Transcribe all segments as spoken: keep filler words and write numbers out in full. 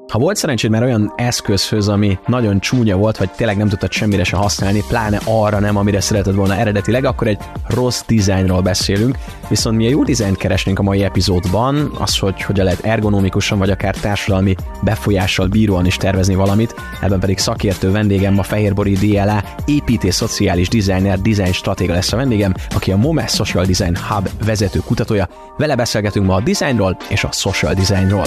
Ha volt szerencséd már olyan eszközhöz, ami nagyon csúnya volt, vagy tényleg nem tudtad semmire se használni, pláne arra nem, amire szereted volna eredetileg, akkor egy rossz dizájnról beszélünk, viszont mi a jó dizájnt keresnénk a mai epizódban, az, hogy hogyan lehet ergonomikusan, vagy akár társadalmi befolyással bíróan is tervezni valamit, ebben pedig szakértő vendégem a Fehérbori dé el á építész szociális designer, design stratéga lesz a vendégem, aki a MOME Social Design Hub vezető kutatója. Vele beszélgetünk ma a designról és a social designról.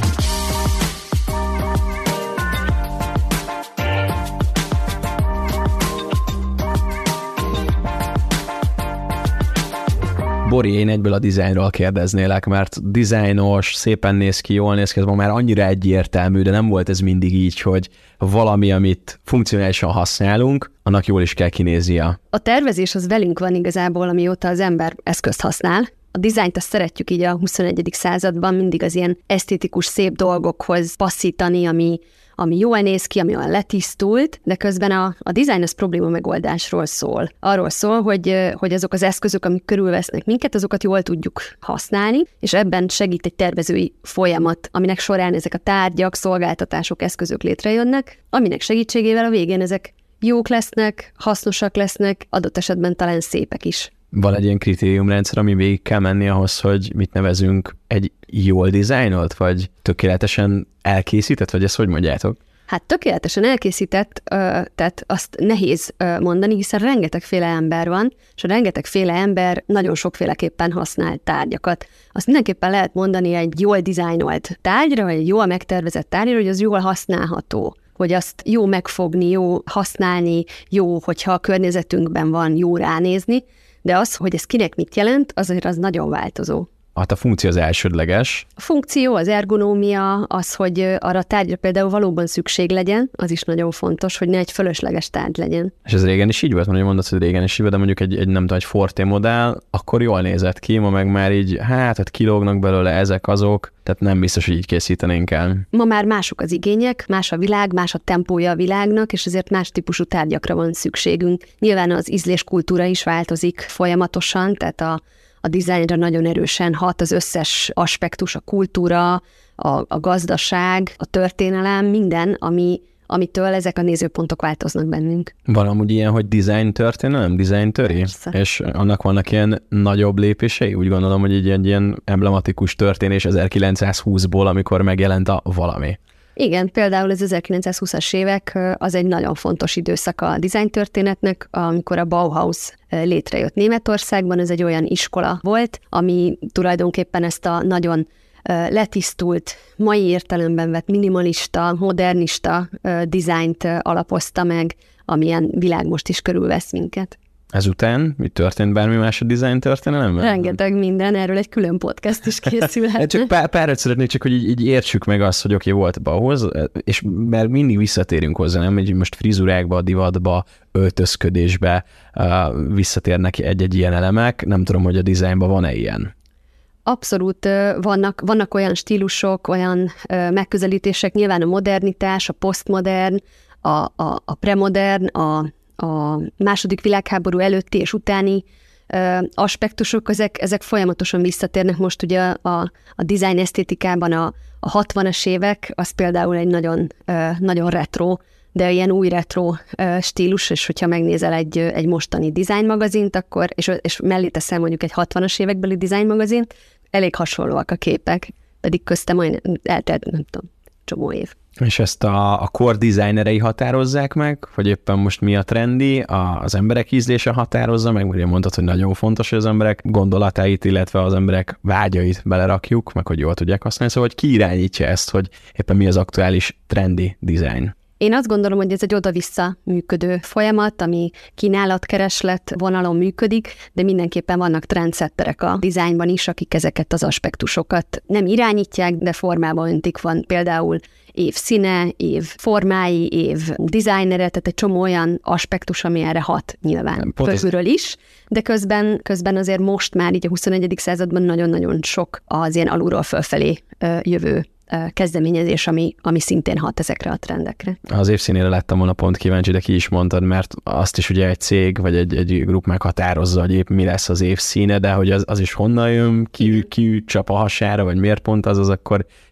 Bori, én egyből a dizájnról kérdeznélek, mert dizájnos, szépen néz ki, jól néz ki, ez ma már annyira egyértelmű, de nem volt ez mindig így, hogy valami, amit funkcionálisan használunk, annak jól is kell kinéznie. A tervezés az velünk van igazából, amióta az ember eszközt használ. A dizájnt azt szeretjük így a huszonegyedik században mindig az ilyen esztétikus, szép dolgokhoz passzítani, ami, ami jól néz ki, ami olyan letisztult, de közben a, a dizájn az probléma megoldásról szól. Arról szól, hogy, hogy azok az eszközök, amik körülvesznek minket, azokat jól tudjuk használni, és ebben segít egy tervezői folyamat, aminek során ezek a tárgyak, szolgáltatások, eszközök létrejönnek, aminek segítségével a végén ezek jók lesznek, hasznosak lesznek, adott esetben talán szépek is. Van egy ilyen kritériumrendszer, ami végig kell menni ahhoz, hogy mit nevezünk egy jól dizájnolt, vagy tökéletesen elkészített, vagy ezt hogy mondjátok? Hát tökéletesen elkészített, tehát azt nehéz mondani, hiszen rengetegféle ember van, és a rengetegféle ember nagyon sokféleképpen használ tárgyakat. Azt mindenképpen lehet mondani egy jól dizájnolt tárgyra, vagy egy jól megtervezett tárgyra, hogy az jól használható, hogy azt jó megfogni, jó használni, jó, hogyha a környezetünkben van, jó ránézni, de az, hogy ez kinek mit jelent, azért az nagyon változó. Hát a funkció az elsődleges. A funkció, az ergonómia, az, hogy arra a tárgyra például valóban szükség legyen, az is nagyon fontos, hogy ne egy fölösleges tárgy legyen. És ez régen is így volt, mondjuk mondasz, hogy régen is így volt, de mondjuk egy, egy nem tudom, egy Forte modell, akkor jól nézett ki, ma meg már így, hát, hát kilógnak belőle ezek azok, tehát nem biztos, hogy így készítenénk el. Ma már mások az igények, más a világ, más a tempója a világnak, és ezért más típusú tárgyakra van szükségünk. Nyilván az ízléskultúra is változik folyamatosan, tehát a A dizájnra nagyon erősen hat az összes aspektus, a kultúra, a, a gazdaság, a történelem, minden, ami, amitől ezek a nézőpontok változnak bennünk. Van amúgy ilyen, hogy design történelem, design töri? És annak vannak ilyen nagyobb lépései? Úgy gondolom, hogy egy, egy ilyen emblematikus történés ezerkilencszázhúszból, amikor megjelent a valami. Igen, például az ezerkilencszázhúszas évek az egy nagyon fontos időszak a design történetnek, amikor a Bauhaus létrejött Németországban. Ez egy olyan iskola volt, ami tulajdonképpen ezt a nagyon letisztult, mai értelemben vett minimalista, modernista dizájnt alapozta meg, amilyen világ most is körülvesz minket. Ezután mi történt bármi más a design történelemben? Rengeteg minden, erről egy külön podcast is készülhet. Csak pár, párat szeretnék, csak hogy így, így értsük meg azt, hogy oké, okay, volt Bauhaus, és mert mindig visszatérünk hozzá, nem? Hogy most frizurákba, divatba, öltözködésbe uh, visszatérnek egy-egy ilyen elemek. Nem tudom, hogy a dizájnban van-e ilyen. Abszolút vannak, vannak olyan stílusok, olyan megközelítések, nyilván a modernitás, a posztmodern, a, a, a premodern, a a második világháború előtti és utáni ö, aspektusok, ezek, ezek folyamatosan visszatérnek. Most ugye a, a design esztétikában a, a hatvanas évek, az például egy nagyon, ö, nagyon retro, de ilyen új retro ö, stílus, és hogyha megnézel egy, egy mostani design magazint, akkor, és, és mellé teszel mondjuk egy hatvanas évekbeli design magazint, elég hasonlóak a képek, pedig köztem majd eltelt, nem tudom, csomó év. És ezt a, a core designerei határozzák meg, hogy éppen most mi a trendi, a, az emberek ízlése határozza meg, ugye mondtad, hogy nagyon fontos, hogy az emberek gondolatait, illetve az emberek vágyait belerakjuk, meg hogy jól tudják használni, szóval hogy ki irányítja ezt, hogy éppen mi az aktuális trendi design. Én azt gondolom, hogy ez egy oda-vissza működő folyamat, ami kínálat-kereslet vonalon működik, de mindenképpen vannak trendsetterek a dizájnban is, akik ezeket az aspektusokat nem irányítják, de formába öntik. Van például év színe, év formái, év designere, tehát egy csomó olyan aspektus, ami erre hat nyilván fölülről is, de közben, közben azért most már így a huszonegyedik században nagyon-nagyon sok az ilyen alulról fölfelé jövő kezdeményezés, ami, ami szintén hat ezekre a trendekre. Az évszínére lettem volna pont kíváncsi, de ki is mondtad, mert azt is ugye egy cég, vagy egy, egy grup meghatározza, hogy épp mi lesz az évszíne, de hogy az, az is honnan jön, ki, ki csap a hasára, vagy miért pont az, az akkor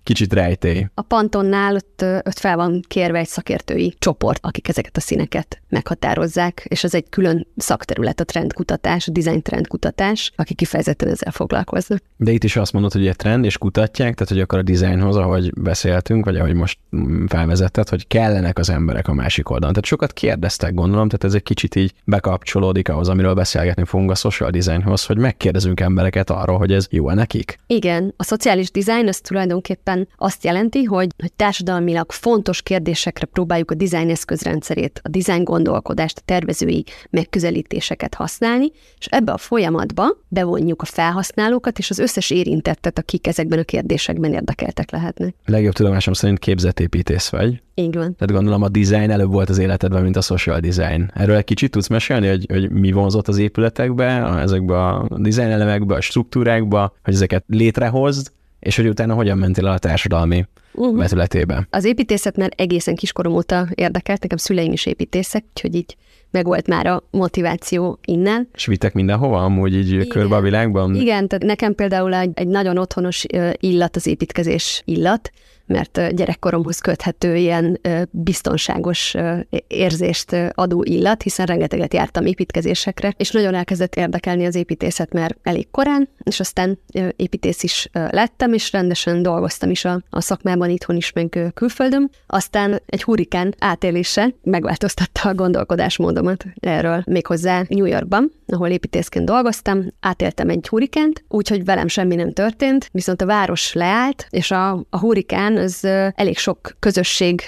kicsit rejtély. A Pantonnál ott, ott fel van kérve egy szakértői csoport, akik ezeket a színeket meghatározzák, és ez egy külön szakterület, a trendkutatás, a design trendkutatás, akik kifejezetten ezzel foglalkoznak. De itt is azt mondod, hogy egy trend, és kutatják, tehát hogy akkor a designhoz, ahogy beszéltünk, vagy ahogy most felvezetted, hogy kellenek az emberek a másik oldalon. Tehát sokat kérdeztek, gondolom, tehát ez egy kicsit így bekapcsolódik ahhoz, amiről beszélgetni fogunk a social designhoz, hogy megkérdezünk embereket arról, hogy ez jó-e nekik. Igen, a szociális design az tulajdonképpen azt jelenti, hogy, hogy társadalmilag fontos kérdésekre próbáljuk a design eszközrendszerét, a design gondolkodást, a tervezői megközelítéseket használni, és ebbe a folyamatba bevonjuk a felhasználókat és az összes érintettet, akik ezekben a kérdésekben érdekeltek lehetnek. Legjobb tudomásom szerint képzetépítész vagy. Így van. Tehát gondolom a design előbb volt az életedben, mint a social design. Erről egy kicsit tudsz mesélni, hogy, hogy mi vonzott az épületekbe, ezekbe a design elemekbe, a struktúrákba, hogy ezeket létrehozd, és hogy utána hogyan mentél el a társadalmi uh-huh. vetületébe. Az építészet már egészen kiskorom óta érdekelt, nekem szüleim is építészek, úgyhogy így megvolt már a motiváció innen. És vittek mindenhova, amúgy így igen. körbe a világban? Igen, tehát nekem például egy, egy nagyon otthonos illat az építkezés illat, mert gyerekkoromhoz köthető ilyen biztonságos érzést adó illat, hiszen rengeteget jártam építkezésekre, és nagyon elkezdett érdekelni az építészet már elég korán, és aztán építész is lettem, és rendesen dolgoztam is a, a szakmában itthon is, meg külföldön. Aztán egy hurrikán átélése megváltoztatta a gondolkodásmódomat erről, méghozzá New Yorkban, ahol építészként dolgoztam, átéltem egy hurrikánt, úgyhogy velem semmi nem történt, viszont a város leállt, és a, a hurrikán az elég sok közösség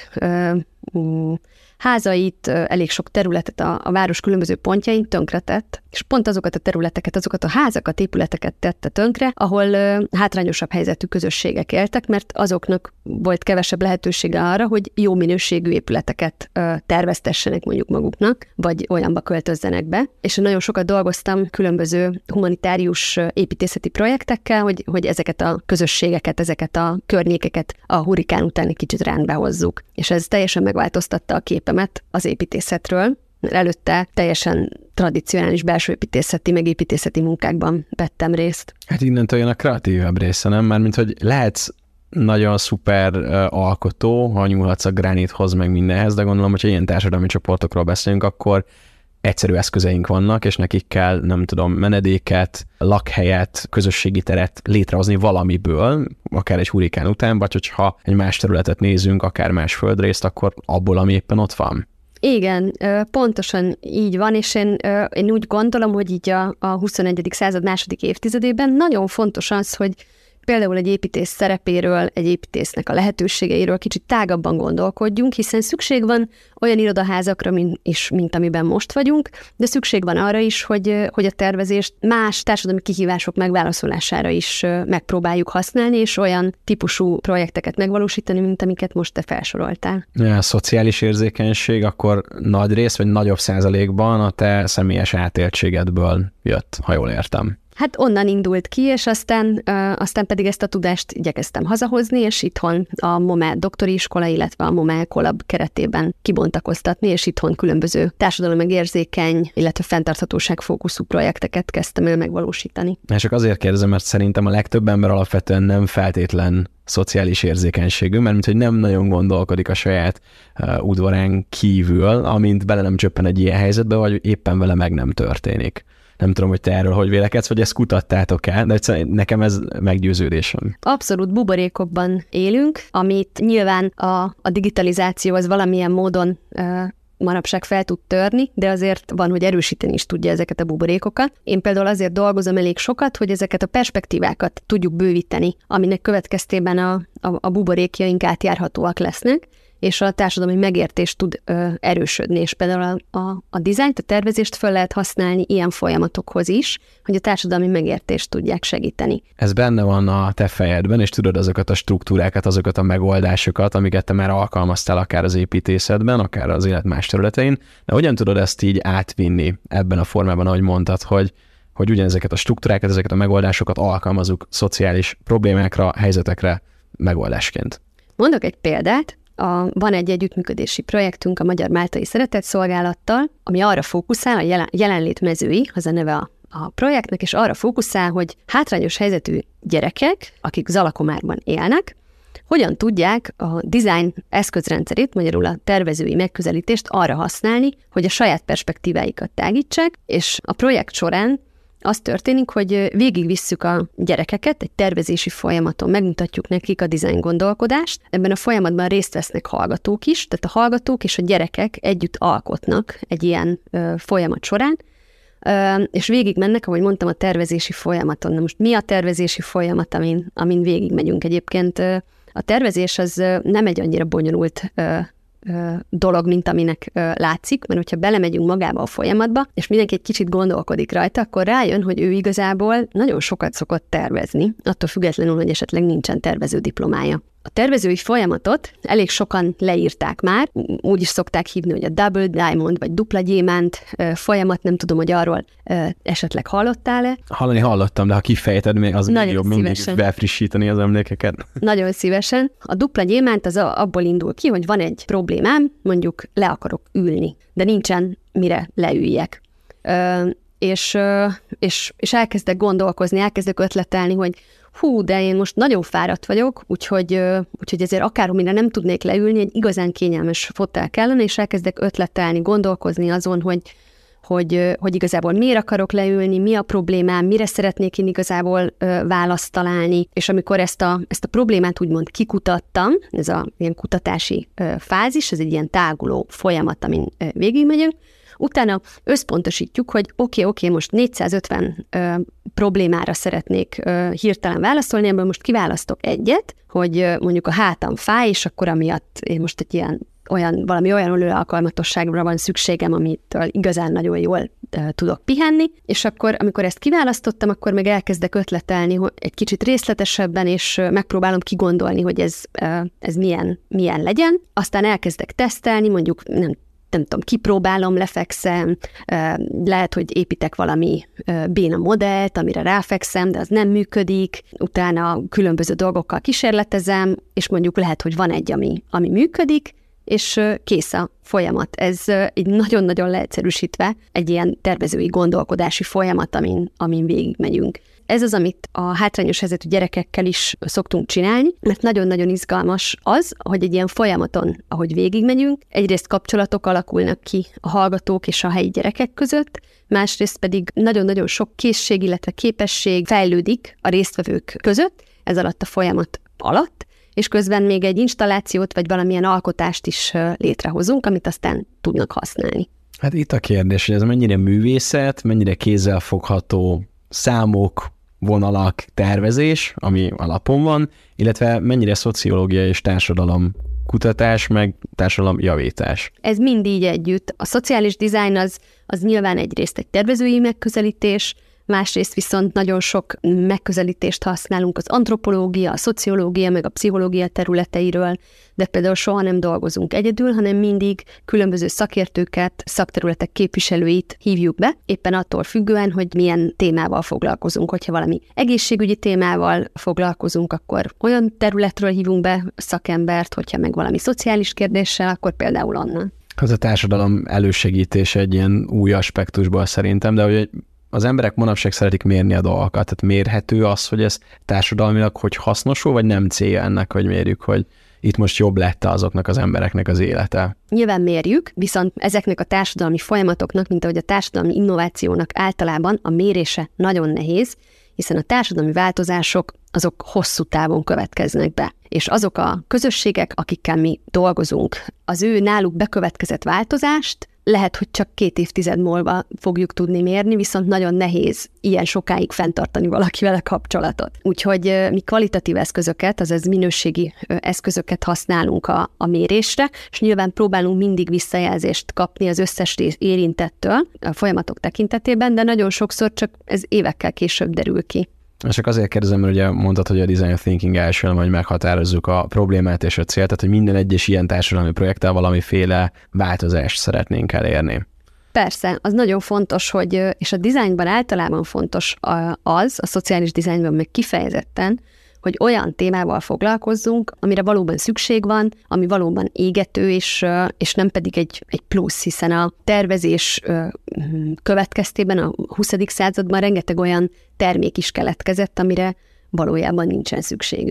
házait, elég sok területet a, a város különböző pontjain tönkretett, és pont azokat a területeket, azokat a házakat, épületeket tette tönkre, ahol uh, hátrányosabb helyzetű közösségek éltek, mert azoknak volt kevesebb lehetősége arra, hogy jó minőségű épületeket uh, terveztessenek mondjuk maguknak, vagy olyanba költözzenek be. És nagyon sokat dolgoztam különböző humanitárius uh, építészeti projektekkel, hogy, hogy ezeket a közösségeket, ezeket a környékeket a hurrikán után egy kicsit rendbe hozzuk. És ez teljesen megváltoztatta a képemet az építészetről. Előtte teljesen tradicionális belső építészeti, meg építészeti munkákban vettem részt. Hát innentől jön a kreatívebb része, nem? Mármint, hogy lehetsz nagyon szuper uh, alkotó, ha nyúlhatsz a gránithoz, meg mindenhez, de gondolom, hogyha ilyen társadalmi csoportokról beszélünk, akkor egyszerű eszközeink vannak, és nekik kell, nem tudom, menedéket, lakhelyet, közösségi teret létrehozni valamiből, akár egy hurrikán után, vagy hogyha egy más területet nézünk, akár más földrészt, akkor abból, ami éppen ott van. Igen, pontosan így van, és én, én úgy gondolom, hogy így a, a huszonegyedik század második évtizedében nagyon fontos az, hogy például egy építész szerepéről, egy építésznek a lehetőségeiről kicsit tágabban gondolkodjunk, hiszen szükség van olyan irodaházakra, mint, is, mint amiben most vagyunk, de szükség van arra is, hogy, hogy a tervezést más társadalmi kihívások megválaszolására is megpróbáljuk használni, és olyan típusú projekteket megvalósítani, mint amiket most te felsoroltál. Ja, a szociális érzékenység akkor nagy rész, vagy nagyobb százalékban a te személyes átéltségedből jött, ha jól értem. Hát onnan indult ki, és aztán, uh, aztán pedig ezt a tudást igyekeztem hazahozni, és itthon a MOME doktori iskola, illetve a MOME Collab keretében kibontakoztatni, és itthon különböző társadalommegérzékeny, illetve fenntarthatóság fókuszú projekteket kezdtem el megvalósítani. És csak azért kérdezem, mert szerintem a legtöbb ember alapvetően nem feltétlen szociális érzékenységű, mert mint hogy nem nagyon gondolkodik a saját uh, udvarán kívül, amint bele nem csöppen egy ilyen helyzetbe, vagy éppen vele meg nem történik. Nem tudom, hogy te erről hogy vélekedsz, vagy ezt kutattátok-e, de nekem ez meggyőződésem. Abszolút buborékokban élünk, amit nyilván a, a digitalizáció az valamilyen módon uh, manapság fel tud törni, de azért van, hogy erősíteni is tudja ezeket a buborékokat. Én például azért dolgozom elég sokat, hogy ezeket a perspektívákat tudjuk bővíteni, aminek következtében a, a, a buborékjaink átjárhatóak lesznek, és a társadalmi megértés tud ö, erősödni, és például a, a, a dizájnt, a tervezést föl lehet használni ilyen folyamatokhoz is, hogy a társadalmi megértést tudják segíteni. Ez benne van a te fejedben, és tudod azokat a struktúrákat, azokat a megoldásokat, amiket te már alkalmaztál akár az építészetben, akár az élet más területein, de hogyan tudod ezt így átvinni ebben a formában, ahogy mondtad, hogy hogy ugyanezeket a struktúrákat, ezeket a megoldásokat alkalmazunk szociális problémákra, helyzetekre megoldásként? Mondok egy példát. A, van egy együttműködési projektünk a Magyar Máltai Szeretetszolgálattal, ami arra fókuszál, a jelen, jelenlét mezői, az a neve a, a projektnek, és arra fókuszál, hogy hátrányos helyzetű gyerekek, akik Zalakomárban élnek, hogyan tudják a design eszközrendszerét, magyarul a tervezői megközelítést arra használni, hogy a saját perspektíváikat tágítsák, és a projekt során az történik, hogy végigvisszük a gyerekeket egy tervezési folyamaton, megmutatjuk nekik a design gondolkodást. Ebben a folyamatban részt vesznek hallgatók is, tehát a hallgatók és a gyerekek együtt alkotnak egy ilyen ö, folyamat során, ö, és végigmennek, ahogy mondtam, a tervezési folyamaton. Na most mi a tervezési folyamat, amin, amin végigmegyünk egyébként? A tervezés az nem egy annyira bonyolult ö, dolog, mint aminek látszik, mert hogyha belemegyünk magába a folyamatba, és mindenki egy kicsit gondolkodik rajta, akkor rájön, hogy ő igazából nagyon sokat szokott tervezni, attól függetlenül, hogy esetleg nincsen tervező diplomája. A tervezői folyamatot elég sokan leírták már, úgy is szokták hívni, hogy a Double Diamond, vagy dupla gyémánt folyamat, nem tudom, hogy arról esetleg hallottál-e. Hallani hallottam, de ha kifejted, még az nagyon még jobb mindig befrissíteni az emlékeket. Nagyon szívesen. A dupla gyémánt az abból indul ki, hogy van egy problémám, mondjuk le akarok ülni, de nincsen mire leüljek. Ö, és, és, és elkezdek gondolkozni, elkezdek ötletelni, hogy hú, de én most nagyon fáradt vagyok, úgyhogy, úgyhogy ezért akárhomire nem tudnék leülni, egy igazán kényelmes fotel kellene, és elkezdek ötletelni, gondolkozni azon, hogy, hogy, hogy igazából miért akarok leülni, mi a problémám, mire szeretnék én igazából választ találni, és amikor ezt a, ezt a problémát úgymond kikutattam, ez a ilyen kutatási fázis, ez egy ilyen táguló folyamat, amin végigmegyünk, utána összpontosítjuk, hogy oké, okay, oké, okay, most négyszázötven ö, problémára szeretnék ö, hirtelen válaszolni, ebből most kiválasztok egyet, hogy ö, mondjuk a hátam fáj, és akkor amiatt én most egy ilyen olyan, valami olyan alkalmatosságra van szükségem, amitől igazán nagyon jól ö, tudok pihenni, és akkor, amikor ezt kiválasztottam, akkor meg elkezdek ötletelni hogy egy kicsit részletesebben, és ö, megpróbálom kigondolni, hogy ez, ö, ez milyen, milyen legyen. Aztán elkezdek tesztelni, mondjuk nem nem tudom, kipróbálom, lefekszem, lehet, hogy építek valami béna modellt, amire ráfekszem, de az nem működik, utána különböző dolgokkal kísérletezem, és mondjuk lehet, hogy van egy, ami, ami működik, és kész a folyamat. Ez így nagyon-nagyon leegyszerűsítve egy ilyen tervezői gondolkodási folyamat, amin, amin végigmegyünk. Ez az, amit a hátrányos helyzetű gyerekekkel is szoktunk csinálni, mert nagyon-nagyon izgalmas az, hogy egy ilyen folyamaton, ahogy végigmegyünk, egyrészt kapcsolatok alakulnak ki a hallgatók és a helyi gyerekek között, másrészt pedig nagyon-nagyon sok készség, illetve képesség fejlődik a résztvevők között, ez alatt a folyamat alatt, és közben még egy installációt vagy valamilyen alkotást is létrehozunk, amit aztán tudnak használni. Hát itt a kérdés, hogy ez mennyire művészet, mennyire kézzelfogható számok, vonalak, tervezés, ami alapon van, illetve mennyire szociológia és társadalom kutatás, meg társadalomjavítás. Ez mind így együtt. A szociális dizájn az, az nyilván egyrészt egy tervezői megközelítés, másrészt viszont nagyon sok megközelítést használunk az antropológia, a szociológia, meg a pszichológia területeiről, de például soha nem dolgozunk egyedül, hanem mindig különböző szakértőket, szakterületek képviselőit hívjuk be, éppen attól függően, hogy milyen témával foglalkozunk. Hogyha valami egészségügyi témával foglalkozunk, akkor olyan területről hívunk be szakembert, hogyha meg valami szociális kérdéssel, akkor például onnan. Az a társadalom elősegítése egy ilyen új aspektusból szerintem, de hogy az emberek manapság szeretik mérni a dolgokat, tehát mérhető az, hogy ez társadalmilag hogy hasznosul, vagy nem célja ennek, hogy mérjük, hogy itt most jobb lett azoknak az embereknek az élete. Nyilván mérjük, viszont ezeknek a társadalmi folyamatoknak, mint ahogy a társadalmi innovációnak általában a mérése nagyon nehéz, hiszen a társadalmi változások azok hosszú távon következnek be. És azok a közösségek, akikkel mi dolgozunk, az ő náluk bekövetkezett változást lehet, hogy csak két évtized múlva fogjuk tudni mérni, viszont nagyon nehéz ilyen sokáig fenntartani valakivel a kapcsolatot. Úgyhogy mi kvalitatív eszközöket, azaz minőségi eszközöket használunk a, a mérésre, és nyilván próbálunk mindig visszajelzést kapni az összes érintettől a folyamatok tekintetében, de nagyon sokszor csak ez évekkel később derül ki. Csak azért kérdezem, mert ugye mondtad, hogy a design thinking első elem, hogy meghatározzuk a problémát és a célt, tehát hogy minden egyes ilyen társadalmi projekttel valamiféle változást szeretnénk elérni. Persze, az nagyon fontos, hogy, és a dizájnban általában fontos az, a szociális dizájnban meg kifejezetten, hogy olyan témával foglalkozzunk, amire valóban szükség van, ami valóban égető, és, és nem pedig egy, egy plusz, hiszen a tervezés következtében a huszadik században rengeteg olyan termék is keletkezett, amire valójában nincsen szükségünk.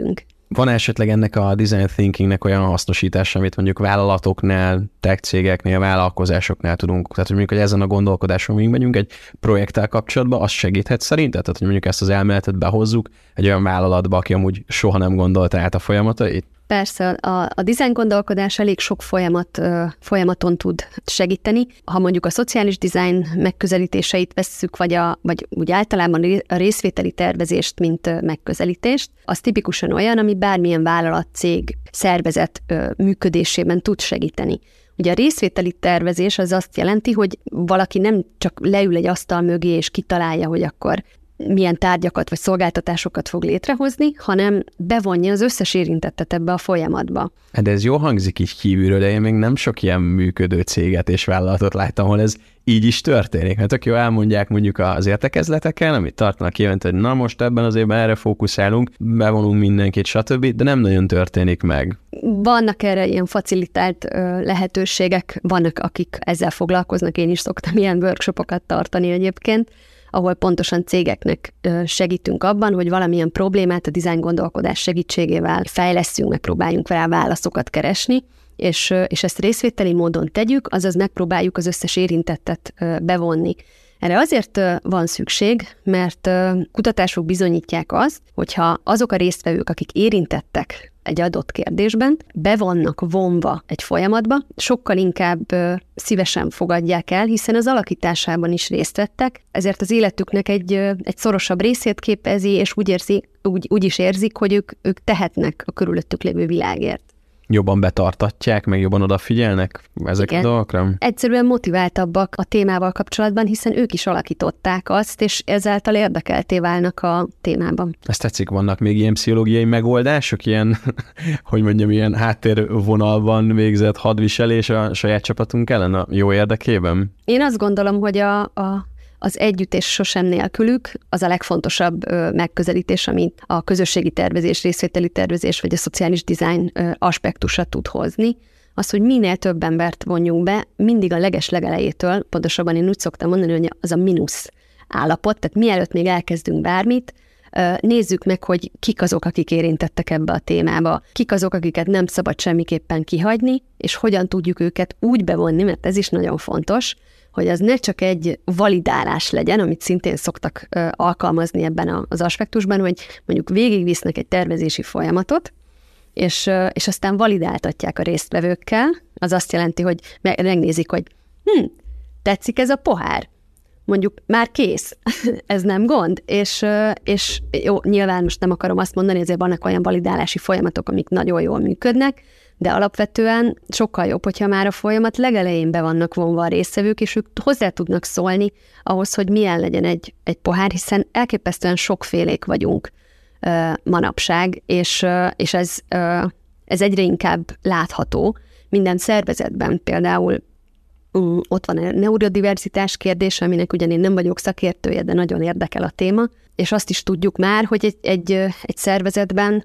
Van esetleg ennek a design thinkingnek olyan hasznosítása, amit mondjuk vállalatoknál, tech cégeknél, vállalkozásoknál tudunk, tehát hogy mondjuk, hogy ezen a gondolkodáson még megyünk egy projekttel kapcsolatban, az segíthet szerinted? Tehát, hogy mondjuk ezt az elméletet behozzuk egy olyan vállalatba, aki amúgy soha nem gondolta át a folyamatait? Persze, a, a design gondolkodás elég sok folyamat, folyamaton tud segíteni. Ha mondjuk a szociális design megközelítéseit vesszük, vagy, a, vagy úgy általában a részvételi tervezést, mint megközelítést, az tipikusan olyan, ami bármilyen vállalat, cég, szervezet működésében tud segíteni. Ugye a részvételi tervezés az azt jelenti, hogy valaki nem csak leül egy asztal mögé és kitalálja, hogy akkor milyen tárgyakat vagy szolgáltatásokat fog létrehozni, hanem bevonja az összes érintettet ebbe a folyamatba. De ez jól hangzik így kívülről, de én még nem sok ilyen működő céget és vállalatot láttam, ahol ez így is történik. Mert tök jó elmondják mondjuk az értekezleteken, amit tartanak évente, hogy na most ebben az évben erre fókuszálunk, bevonunk mindenkit, stb., de nem nagyon történik meg. Vannak erre ilyen facilitált ö, lehetőségek, vannak, akik ezzel foglalkoznak, én is szoktam ilyen workshopokat tartani egyébként, ahol pontosan cégeknek segítünk abban, hogy valamilyen problémát a design gondolkodás segítségével fejlesszünk, megpróbáljunk rá válaszokat keresni, és, és ezt részvételi módon tegyük, azaz megpróbáljuk az összes érintettet bevonni. Erre azért van szükség, mert kutatások bizonyítják azt, hogyha azok a résztvevők, akik érintettek egy adott kérdésben, be vannak vonva egy folyamatba, sokkal inkább szívesen fogadják el, hiszen az alakításában is részt vettek, ezért az életüknek egy, egy szorosabb részét képezi, és úgy, érzi, úgy, úgy is érzik, hogy ők, ők tehetnek a körülöttük lévő világért. Jobban betartatják, meg jobban odafigyelnek ezek a dolgokra? Egyszerűen motiváltabbak a témával kapcsolatban, hiszen ők is alakították azt, és ezáltal érdekelté válnak a témában. Ezt tetszik, vannak még ilyen pszichológiai megoldások, ilyen, hogy mondjam, ilyen háttérvonalban végzett hadviselés a saját csapatunk ellen a jó érdekében? Én azt gondolom, hogy a, a az együttés sosem nélkülük az a legfontosabb ö, megközelítés, amit a közösségi tervezés, részvételi tervezés vagy a szociális design ö, aspektusa tud hozni. Az, hogy minél több embert vonjunk be, mindig a leges legelejétől, pontosabban én úgy szoktam mondani, hogy az a mínusz állapot, tehát mielőtt még elkezdünk bármit, ö, nézzük meg, hogy kik azok, akik érintettek ebbe a témába, kik azok, akiket nem szabad semmiképpen kihagyni, és hogyan tudjuk őket úgy bevonni, mert ez is nagyon fontos, hogy az ne csak egy validálás legyen, amit szintén szoktak ö, alkalmazni ebben a, az aspektusban, hogy mondjuk végigvisznek egy tervezési folyamatot, és, ö, és aztán validáltatják a résztvevőkkel. Az azt jelenti, hogy megnézik, hogy hm, tetszik ez a pohár? Mondjuk már kész, ez nem gond, és, ö, és jó, nyilván most nem akarom azt mondani, ezért vannak olyan validálási folyamatok, amik nagyon jól működnek, de alapvetően sokkal jobb, hogyha már a folyamat legelején be vannak vonva a résztvevők, és ők hozzá tudnak szólni ahhoz, hogy milyen legyen egy, egy pohár, hiszen elképesztően sokfélék vagyunk uh, manapság, és, uh, és ez, uh, ez egyre inkább látható. Minden szervezetben például um, ott van a neurodiverzitás kérdése, aminek ugyan én nem vagyok szakértője, de nagyon érdekel a téma, és azt is tudjuk már, hogy egy, egy, egy szervezetben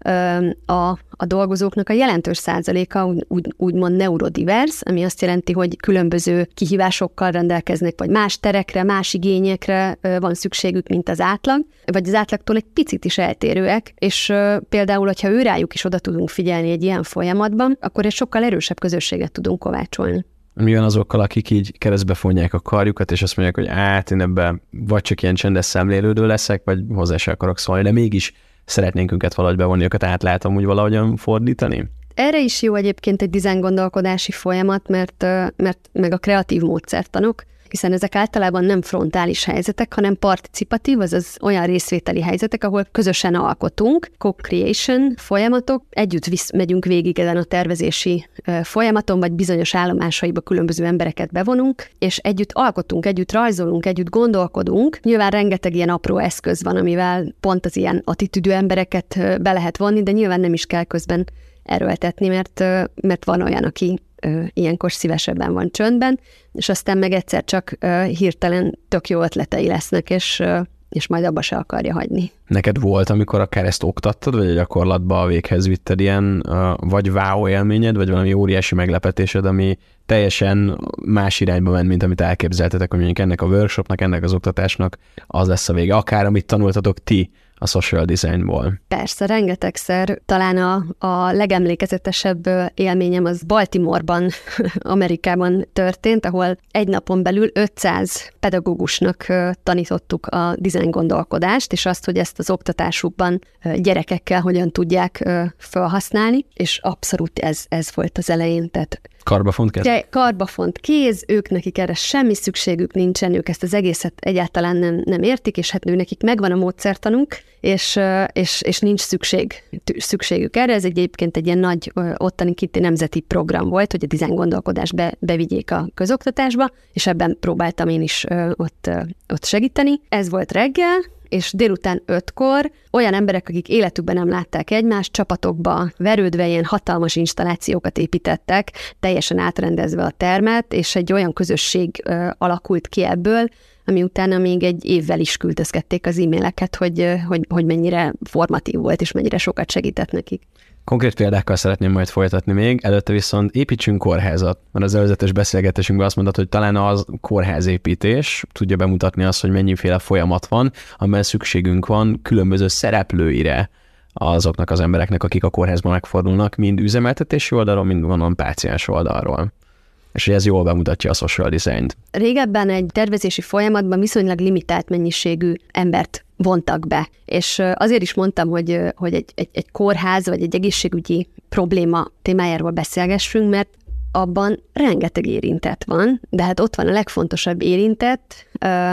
A, a dolgozóknak a jelentős százaléka úgy, úgymond neurodivers, ami azt jelenti, hogy különböző kihívásokkal rendelkeznek, vagy más terekre, más igényekre van szükségük, mint az átlag, vagy az átlagtól egy picit is eltérőek, és például, hogyha őrájuk is oda tudunk figyelni egy ilyen folyamatban, akkor egy sokkal erősebb közösséget tudunk kovácsolni. Mi van azokkal, akik így keresztbe fonják a karjukat, és azt mondják, hogy át, én ebben vagy csak ilyen csendes szemlélődő leszek, vagy hozzá se akarok szólni, de mégis szeretnénk őket valahogy bevonni, őket át lehet amúgy valahogyan fordítani? Erre is jó egyébként egy design gondolkodási folyamat, mert, mert meg a kreatív módszertanok, hiszen ezek általában nem frontális helyzetek, hanem participatív, azaz olyan részvételi helyzetek, ahol közösen alkotunk, co-creation folyamatok, együtt visz, megyünk végig ezen a tervezési folyamaton, vagy bizonyos állomásaiba különböző embereket bevonunk, és együtt alkotunk, együtt rajzolunk, együtt gondolkodunk. Nyilván rengeteg ilyen apró eszköz van, amivel pont az ilyen attitűdű embereket be lehet vonni, de nyilván nem is kell közben erőltetni, mert, mert van olyan, aki ilyenkor szívesebben van csöndben, és aztán meg egyszer csak hirtelen tök jó ötletei lesznek, és, és majd abba se akarja hagyni. Neked volt, amikor akár ezt oktattad, vagy a gyakorlatba a véghez vitted ilyen, vagy wow élményed, vagy valami óriási meglepetésed, ami teljesen más irányba ment, mint amit elképzeltetek, hogy mondjuk ennek a workshopnak, ennek az oktatásnak az lesz a vége. Akár amit tanultatok ti a social designból. Persze, rengetegszer. Talán a, a legemlékezetesebb élményem az Baltimore-ban, Amerikában történt, ahol egy napon belül ötszáz pedagógusnak tanítottuk a design gondolkodást, és azt, hogy ezt az oktatásukban gyerekekkel hogyan tudják felhasználni, és abszolút ez, ez volt az elején. Tehát Karbafont kéz? Karbafont kéz, ők nekik erre semmi szükségük nincsen, ők ezt az egészet egyáltalán nem, nem értik, és hát ő nekik megvan a módszertanunk, és, és, és nincs szükség, szükségük erre. Ez egyébként egy ilyen nagy ottani kitti nemzeti program volt, hogy a design gondolkodást be, bevigyék a közoktatásba, és ebben próbáltam én is ott, ott segíteni. Ez volt reggel, és délután ötkor olyan emberek, akik életükben nem látták egymást, csapatokba verődve ilyen hatalmas installációkat építettek, teljesen átrendezve a termet, és egy olyan közösség ö, alakult ki ebből, ami utána még egy évvel is küldözgették az e-maileket, hogy, hogy, hogy mennyire formatív volt, és mennyire sokat segített nekik. Konkrét példákkal szeretném majd folytatni még, előtte viszont építsünk kórházat, mert az előzetes beszélgetésünkben azt mondtad, hogy talán az kórházépítés tudja bemutatni azt, hogy mennyiféle folyamat van, amiben szükségünk van különböző szereplőire azoknak az embereknek, akik a kórházban megfordulnak, mind üzemeltetési oldalról, mind gondolom páciens oldalról. És hogy ez jól bemutatja a social design-t. Régebben egy tervezési folyamatban viszonylag limitált mennyiségű embert vontak be. És azért is mondtam, hogy, hogy egy, egy, egy kórház vagy egy egészségügyi probléma témájáról beszélgessünk, mert abban rengeteg érintett van, de hát ott van a legfontosabb érintett,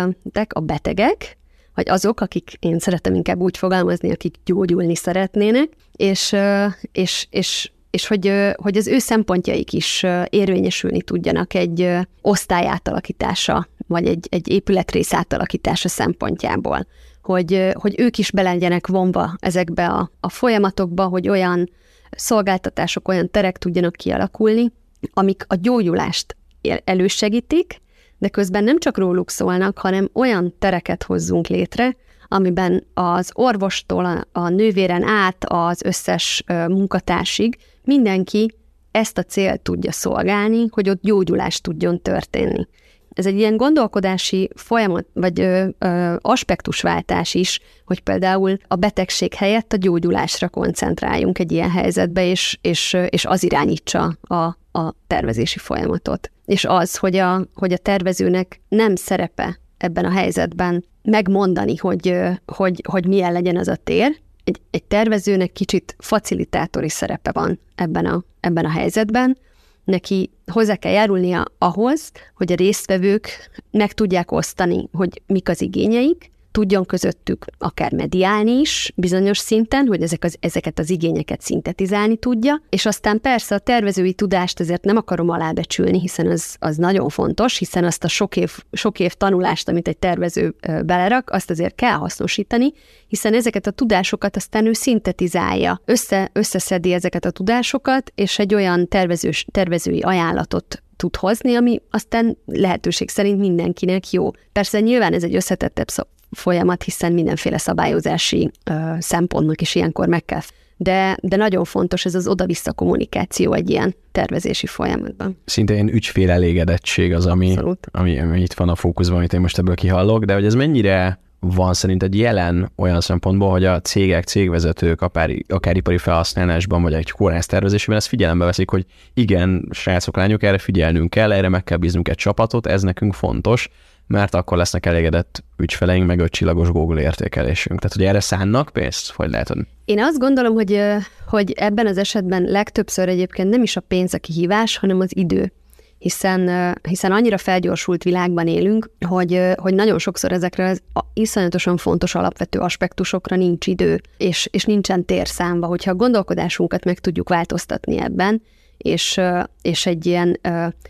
a betegek, vagy azok, akik, én szeretem inkább úgy fogalmazni, akik gyógyulni szeretnének, és, és, és és hogy, hogy az ő szempontjaik is érvényesülni tudjanak egy osztály átalakítása, vagy egy, egy épületrész átalakítása szempontjából. Hogy, hogy ők is be legyenek vonva ezekbe a, a folyamatokba, hogy olyan szolgáltatások, olyan terek tudjanak kialakulni, amik a gyógyulást elősegítik, de közben nem csak róluk szólnak, hanem olyan tereket hozzunk létre, amiben az orvostól a, a nővéren át az összes munkatársig mindenki ezt a célt tudja szolgálni, hogy ott gyógyulás tudjon történni. Ez egy ilyen gondolkodási folyamat, vagy ö, ö, aspektusváltás is, hogy például a betegség helyett a gyógyulásra koncentráljunk egy ilyen helyzetbe, és, és, és az irányítsa a, a tervezési folyamatot. És az, hogy a, hogy a tervezőnek nem szerepe ebben a helyzetben megmondani, hogy, hogy, hogy milyen legyen az a tér. Egy, egy tervezőnek kicsit facilitátori szerepe van ebben a, ebben a helyzetben. Neki hozzá kell járulnia ahhoz, hogy a résztvevők meg tudják osztani, hogy mik az igényeik, tudjon közöttük akár mediálni is bizonyos szinten, hogy ezek az, ezeket az igényeket szintetizálni tudja, és aztán persze a tervezői tudást azért nem akarom alábecsülni, hiszen az, az nagyon fontos, hiszen azt a sok év, sok év tanulást, amit egy tervező belerak, azt azért kell hasznosítani, hiszen ezeket a tudásokat aztán ő szintetizálja, össze, összeszedi ezeket a tudásokat, és egy olyan tervezős, tervezői ajánlatot tud hozni, ami aztán lehetőség szerint mindenkinek jó. Persze nyilván ez egy összetettebb folyamat, hiszen mindenféle szabályozási ö, szempontnak is ilyenkor meg kell. De, de nagyon fontos ez az oda-vissza kommunikáció egy ilyen tervezési folyamatban. Szintén ügyfél elégedettség az, ami, ami, ami itt van a fókuszban, amit én most ebből kihallok, de hogy ez mennyire van szerint egy jelen olyan szempontból, hogy a cégek, cégvezetők, akár, akár ipari felhasználásban, vagy egy kórház tervezésében ezt figyelembe veszik, hogy igen, srácok, lányok, erre figyelnünk kell, erre meg kell bíznunk egy csapatot, ez nekünk fontos, mert akkor lesznek elégedett ügyfeleink, meg ötcsillagos Google értékelésünk. Tehát, hogy erre szánnak pénzt? Hogy lehet? Én azt gondolom, hogy, hogy ebben az esetben legtöbbször egyébként nem is a pénz a kihívás, hanem az idő. Hiszen, hiszen annyira felgyorsult világban élünk, hogy, hogy nagyon sokszor ezekre az iszonyatosan fontos alapvető aspektusokra nincs idő, és, és nincsen tér számba. Hogyha a gondolkodásunkat meg tudjuk változtatni ebben, és, és egy ilyen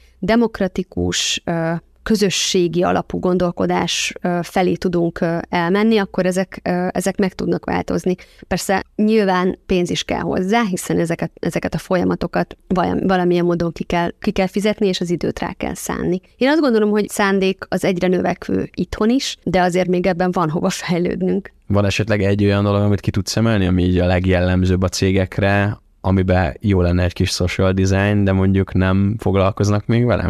demokratikus, közösségi alapú gondolkodás felé tudunk elmenni, akkor ezek, ezek meg tudnak változni. Persze nyilván pénz is kell hozzá, hiszen ezeket, ezeket a folyamatokat valamilyen módon ki kell, ki kell fizetni, és az időt rá kell szánni. Én azt gondolom, hogy szándék az egyre növekvő itthon is, de azért még ebben van hova fejlődnünk. Van esetleg egy olyan dolog, amit ki tudsz emelni, ami így a legjellemzőbb a cégekre, amiben jó lenne egy kis social design, de mondjuk nem foglalkoznak még velem?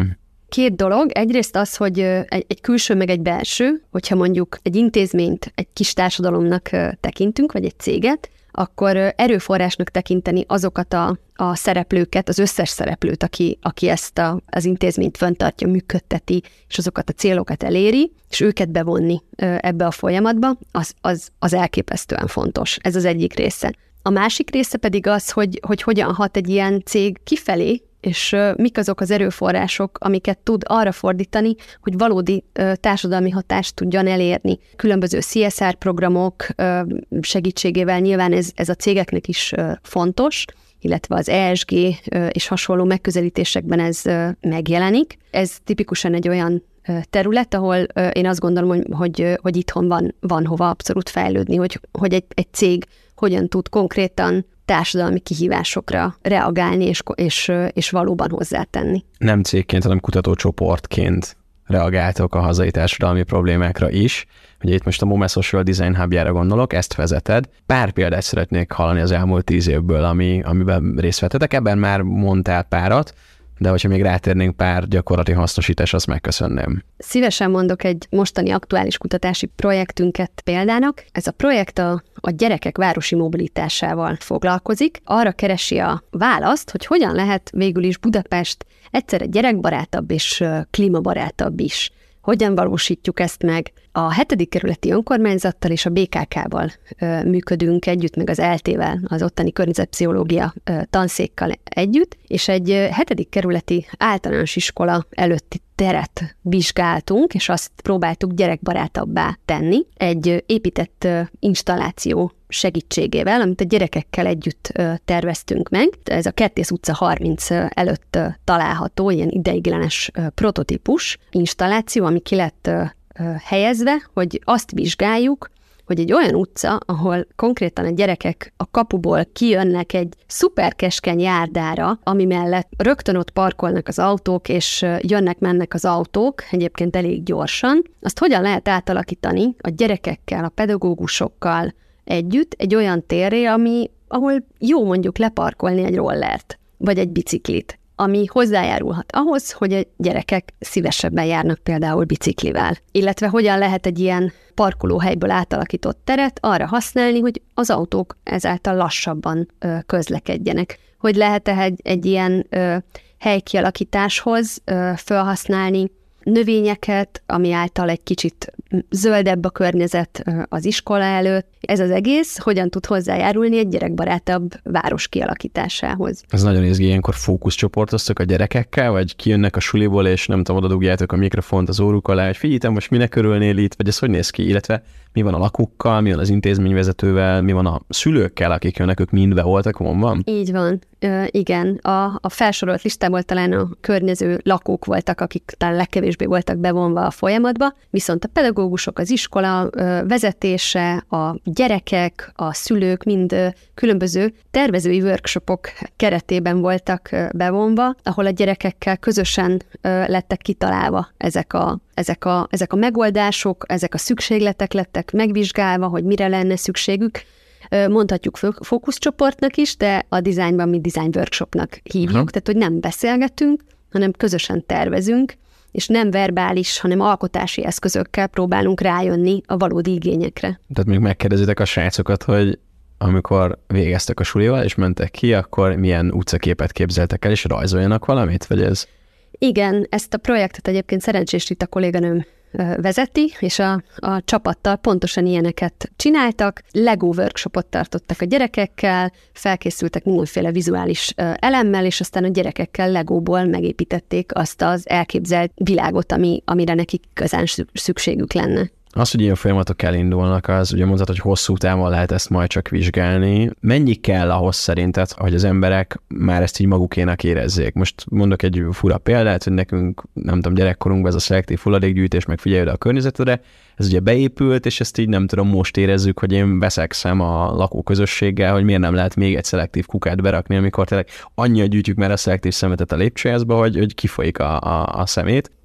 Két dolog. Egyrészt az, hogy egy, egy külső meg egy belső, hogyha mondjuk egy intézményt egy kis társadalomnak tekintünk, vagy egy céget, akkor erőforrásnak tekinteni azokat a, a szereplőket, az összes szereplőt, aki, aki ezt a, az intézményt fenntartja, működteti, és azokat a célokat eléri, és őket bevonni ebbe a folyamatba, az, az, az elképesztően fontos. Ez az egyik része. A másik része pedig az, hogy, hogy hogyan hat egy ilyen cég kifelé, és mik azok az erőforrások, amiket tud arra fordítani, hogy valódi társadalmi hatást tudjon elérni. Különböző cé es er programok segítségével nyilván ez, ez a cégeknek is fontos, illetve az é es gé és hasonló megközelítésekben ez megjelenik. Ez tipikusan egy olyan terület, ahol én azt gondolom, hogy, hogy, hogy itthon van, van hova abszolút fejlődni, hogy, hogy egy, egy cég hogyan tud konkrétan társadalmi kihívásokra reagálni, és, és, és valóban hozzátenni. Nem cégként, hanem kutatócsoportként reagáltok a hazai társadalmi problémákra is. Ugye itt most a Mome Social Design Hubjára gondolok, ezt vezeted. Pár példát szeretnék hallani az elmúlt tíz évből, ami, amiben részt vettetek. Ebben már mondtál párat, de hogyha még rátérnénk pár gyakorlati hasznosítás, azt megköszönném. Szívesen mondok egy mostani aktuális kutatási projektünket példának. Ez a projekt a, a gyerekek városi mobilitásával foglalkozik. Arra keresi a választ, hogy hogyan lehet végül is Budapest egyszerre gyerekbarátabb és klímabarátabb is. Hogyan valósítjuk ezt meg? A hetedik kerületi önkormányzattal és a bé ká ká-val ö, működünk együtt, meg az é el té-vel, az ottani környezetpszichológia ö, tanszékkal együtt, és egy ö, hetedik kerületi általános iskola előtti teret vizsgáltunk, és azt próbáltuk gyerekbarátabbá tenni. Egy ö, épített ö, installáció segítségével, amit a gyerekekkel együtt ö, terveztünk meg. Ez a Kertész utca harminc előtt ö, található, ilyen ideiglenes ö, prototípus installáció, ami ki lett ö, helyezve, hogy azt vizsgáljuk, hogy egy olyan utca, ahol konkrétan a gyerekek a kapuból kijönnek egy szuperkeskeny járdára, ami mellett rögtön ott parkolnak az autók, és jönnek-mennek az autók, egyébként elég gyorsan, azt hogyan lehet átalakítani a gyerekekkel, a pedagógusokkal együtt egy olyan térré, ami, ahol jó mondjuk leparkolni egy rollert, vagy egy biciklit, ami hozzájárulhat ahhoz, hogy a gyerekek szívesebben járnak például biciklivel. Illetve hogyan lehet egy ilyen parkolóhelyből átalakított teret arra használni, hogy az autók ezáltal lassabban ö, közlekedjenek. Hogy lehet egy, egy ilyen ö, helykialakításhoz ö, felhasználni növényeket, ami által egy kicsit zöldebb a környezet az iskola előtt. Ez az egész hogyan tud hozzájárulni egy gyerekbarátabb város kialakításához. Ez nagyon izgi, ilyenkor fókuszcsoportoztok a gyerekekkel, vagy kijönnek a suliból, és nem tudom, oda dugjátok a mikrofont az óruk alá, hogy figyelj, te most minek örülnél itt, vagy ez hogy néz ki, illetve mi van a lakókkal, mi van az intézményvezetővel, mi van a szülőkkel, akik jönnek, ők mind be voltak vonva? Így van. Ö, igen. A, a felsorolt listából talán a környező lakók voltak, akik talán legkevésbé voltak bevonva a folyamatba, viszont a pedagógusok, az iskola ö, vezetése, a gyerekek, a szülők mind ö, különböző tervezői workshopok keretében voltak ö, bevonva, ahol a gyerekekkel közösen ö, lettek kitalálva ezek a Ezek a, ezek a megoldások, ezek a szükségletek lettek megvizsgálva, hogy mire lenne szükségük. Mondhatjuk fókuszcsoportnak is, de a dizájnban mi design workshopnak hívjuk, uh-huh. Tehát hogy nem beszélgetünk, hanem közösen tervezünk, és nem verbális, hanem alkotási eszközökkel próbálunk rájönni a valódi igényekre. Tehát még megkérdezitek a srácokat, hogy amikor végeztek a sulival, és mentek ki, akkor milyen utcaképet képzeltek el, és rajzoljanak valamit, vagy ez? Igen, ezt a projektet egyébként Szerencsés Rita kolléganőm vezeti, és a, a csapattal pontosan ilyeneket csináltak. Lego workshopot tartottak a gyerekekkel, felkészültek mindenféle vizuális elemmel, és aztán a gyerekekkel Legóból megépítették azt az elképzelt világot, ami, amire nekik igazán szükségük lenne. Az, hogy ilyen folyamatok elindulnak, az ugye mondtad, hogy hosszú távon lehet ezt majd csak vizsgálni. Mennyi kell ahhoz szerinted, hogy az emberek már ezt így magukénak érezzék? Most mondok egy fura példát, hogy nekünk, nem tudom, gyerekkorunkban ez a szelektív hulladékgyűjtés, meg figyelj oda a környezetedre, ez ugye beépült, és ezt így nem tudom, most érezzük, hogy én veszekszem a lakóközösséggel, hogy miért nem lehet még egy szelektív kukát berakni, amikor tényleg annyira gyűjtjük már a szelektív szemetet a lépcsőházba, hogy, hogy kifolyik a, a, a szemét.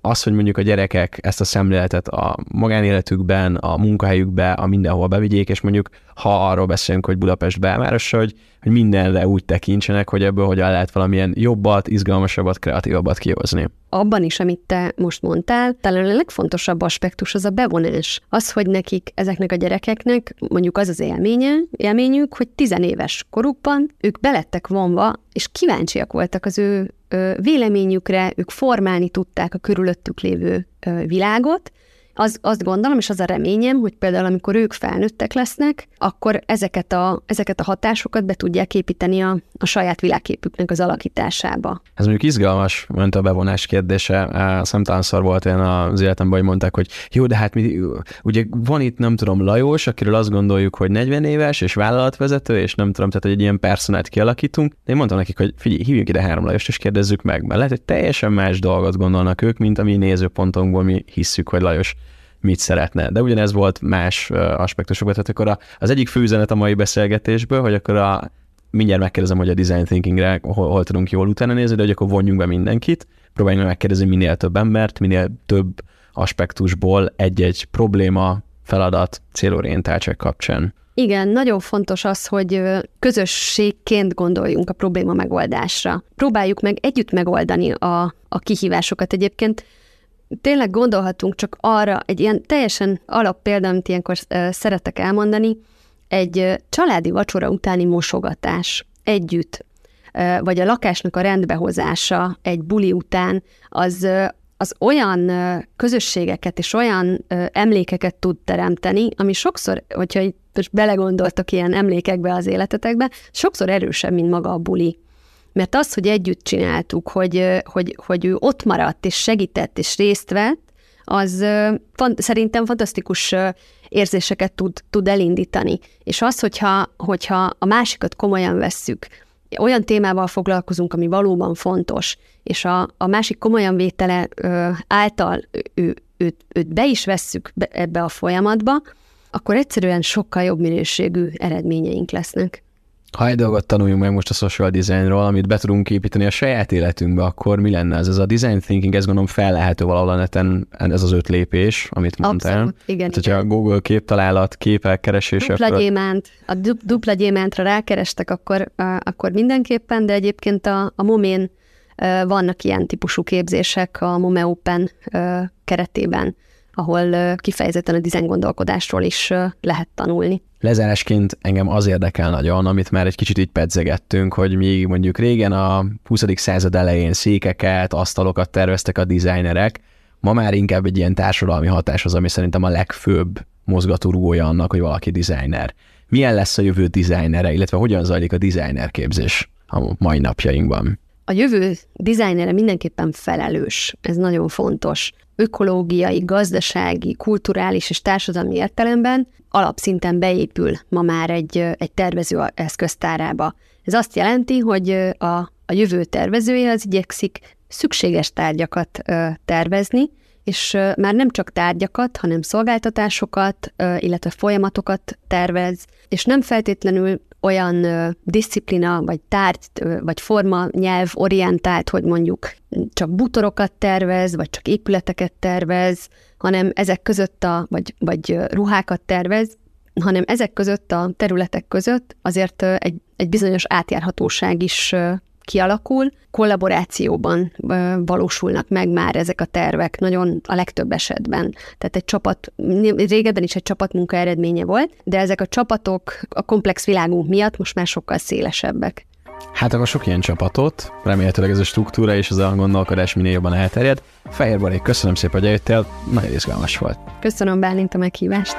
az, hogy mondjuk a gyerekek ezt a szemléletet a magánéletükben, a munkahelyükben, a mindenhol bevigyék, és mondjuk ha arról beszélünk, hogy Budapest belvárosa, hogy, hogy mindenre úgy tekintsenek, hogy ebből hogyan lehet valamilyen jobbat, izgalmasabbat, kreatívabbat kihozni. Abban is, amit te most mondtál, talán a legfontosabb aspektus az a bevonás. Az, hogy nekik, ezeknek a gyerekeknek mondjuk az az élménye, élményük, hogy tizenéves korukban ők belettek vonva, és kíváncsiak voltak az ő ö, véleményükre, ők formálni tudták a körülöttük lévő ö, világot. Az, azt gondolom, és az a reményem, hogy például amikor ők felnőttek lesznek, akkor ezeket a, ezeket a hatásokat be tudják építeni a, a saját világképüknek az alakításába. Ez mondjuk izgalmas, mondta a bevonás kérdése. Számtalanszor volt olyan az életemben, hogy mondták, hogy jó, de hát mi, ugye van itt, nem tudom, Lajos, akiről azt gondoljuk, hogy negyven éves, és vállalatvezető, és nem tudom, tehát, hogy egy ilyen personát kialakítunk. De én mondtam nekik, hogy figyelj, hívjunk ide három Lajost, és kérdezzük meg, mert lehet, hogy teljesen más dolgot gondolnak ők, mint a mi nézőpontunkból mi hisszük, hogy Lajos mit szeretne. De ugyanez volt más aspektusokban, tehát akkor az egyik fő üzenet a mai beszélgetésből, hogy akkor a, mindjárt megkérdezem, hogy a design thinkingre hol, hol tudunk jól utána nézni, de hogy akkor vonjunk be mindenkit, próbáljunk megkérdezni minél több embert, minél több aspektusból egy-egy probléma, feladat, célorientáltság kapcsán. Igen, nagyon fontos az, hogy közösségként gondoljunk a probléma megoldásra. Próbáljuk meg együtt megoldani a, a kihívásokat. Egyébként tényleg gondolhatunk csak arra, egy ilyen teljesen alap példa, amit ilyenkor szeretek elmondani, egy családi vacsora utáni mosogatás együtt, vagy a lakásnak a rendbehozása egy buli után, az, az olyan közösségeket és olyan emlékeket tud teremteni, ami sokszor, hogyha most belegondoltok ilyen emlékekbe az életetekbe, sokszor erősebb, mint maga a buli. Mert az, hogy együtt csináltuk, hogy, hogy, hogy ő ott maradt, és segített, és részt vett, az fant- szerintem fantasztikus érzéseket tud, tud elindítani. És az, hogyha, hogyha a másikat komolyan vesszük, olyan témával foglalkozunk, ami valóban fontos, és a, a másik komolyan vétele ö, által ő, őt, őt be is vesszük be, ebbe a folyamatba, akkor egyszerűen sokkal jobb minőségű eredményeink lesznek. Ha egy dolgot tanuljunk meg most a social designról, amit be tudunk építeni a saját életünkbe, akkor mi lenne ez? Ez a design thinking, ez gondolom fellehető valahol a neten, ez az öt lépés, amit mondtál. Abszolút, igen. Tehát, hogyha a Google képtalálat, képek keresése... Dupla gyémánt, a du- dupla gyémántra rákerestek, akkor, uh, akkor mindenképpen, de egyébként a, a Momén uh, vannak ilyen típusú képzések a Mome Open uh, keretében, ahol uh, kifejezetten a design gondolkodásról is uh, lehet tanulni. Lezárásként engem az érdekel nagyon, amit már egy kicsit így pedzegettünk, hogy még mondjuk régen a huszadik század elején székeket, asztalokat terveztek a designerek, ma már inkább egy ilyen társadalmi hatás az, ami szerintem a legfőbb mozgatórugója annak, hogy valaki designer. Milyen lesz a jövő designere, illetve hogyan zajlik a designer képzés a mai napjainkban? A jövő designere mindenképpen felelős, ez nagyon fontos. Ökológiai, gazdasági, kulturális és társadalmi értelemben alapszinten beépül ma már egy, egy tervező eszköztárába. Ez azt jelenti, hogy a, a jövő tervezője az igyekszik szükséges tárgyakat ö, tervezni, és ö, már nem csak tárgyakat, hanem szolgáltatásokat, ö, illetve folyamatokat tervez, és nem feltétlenül olyan ö, disziplina, vagy tárgy, ö, vagy forma, nyelv orientált, hogy mondjuk csak bútorokat tervez, vagy csak épületeket tervez, hanem ezek között a, vagy, vagy ruhákat tervez, hanem ezek között a területek között azért ö, egy, egy bizonyos átjárhatóság is ö, kialakul, kollaborációban ö, valósulnak meg már ezek a tervek, nagyon a legtöbb esetben. Tehát egy csapat, régebben is egy csapatmunka eredménye volt, de ezek a csapatok a komplex világunk miatt most már sokkal szélesebbek. Hát akkor sok ilyen csapatot, remélhetőleg ez a struktúra és ez a gondolkodás minél jobban elterjed. Fehér Barék, köszönöm szépen, hogy eljöttél, nagyon izgalmas volt. Köszönöm, Bálint, a meghívást.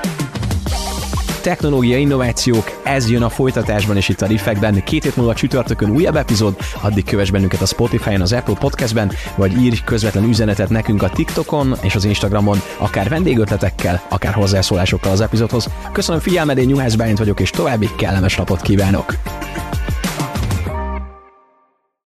Technológia, innovációk, ez jön a folytatásban és itt a Riffekben. Két hét múlva csütörtökön újabb epizód, addig kövess bennünket a Spotify-on, az Apple Podcastben, vagy írj közvetlen üzenetet nekünk a TikTokon és az Instagramon, akár vendégötletekkel, akár hozzászólásokkal az epizódhoz. Köszönöm figyelmed, én Juhász Bálint vagyok, és további kellemes napot kívánok!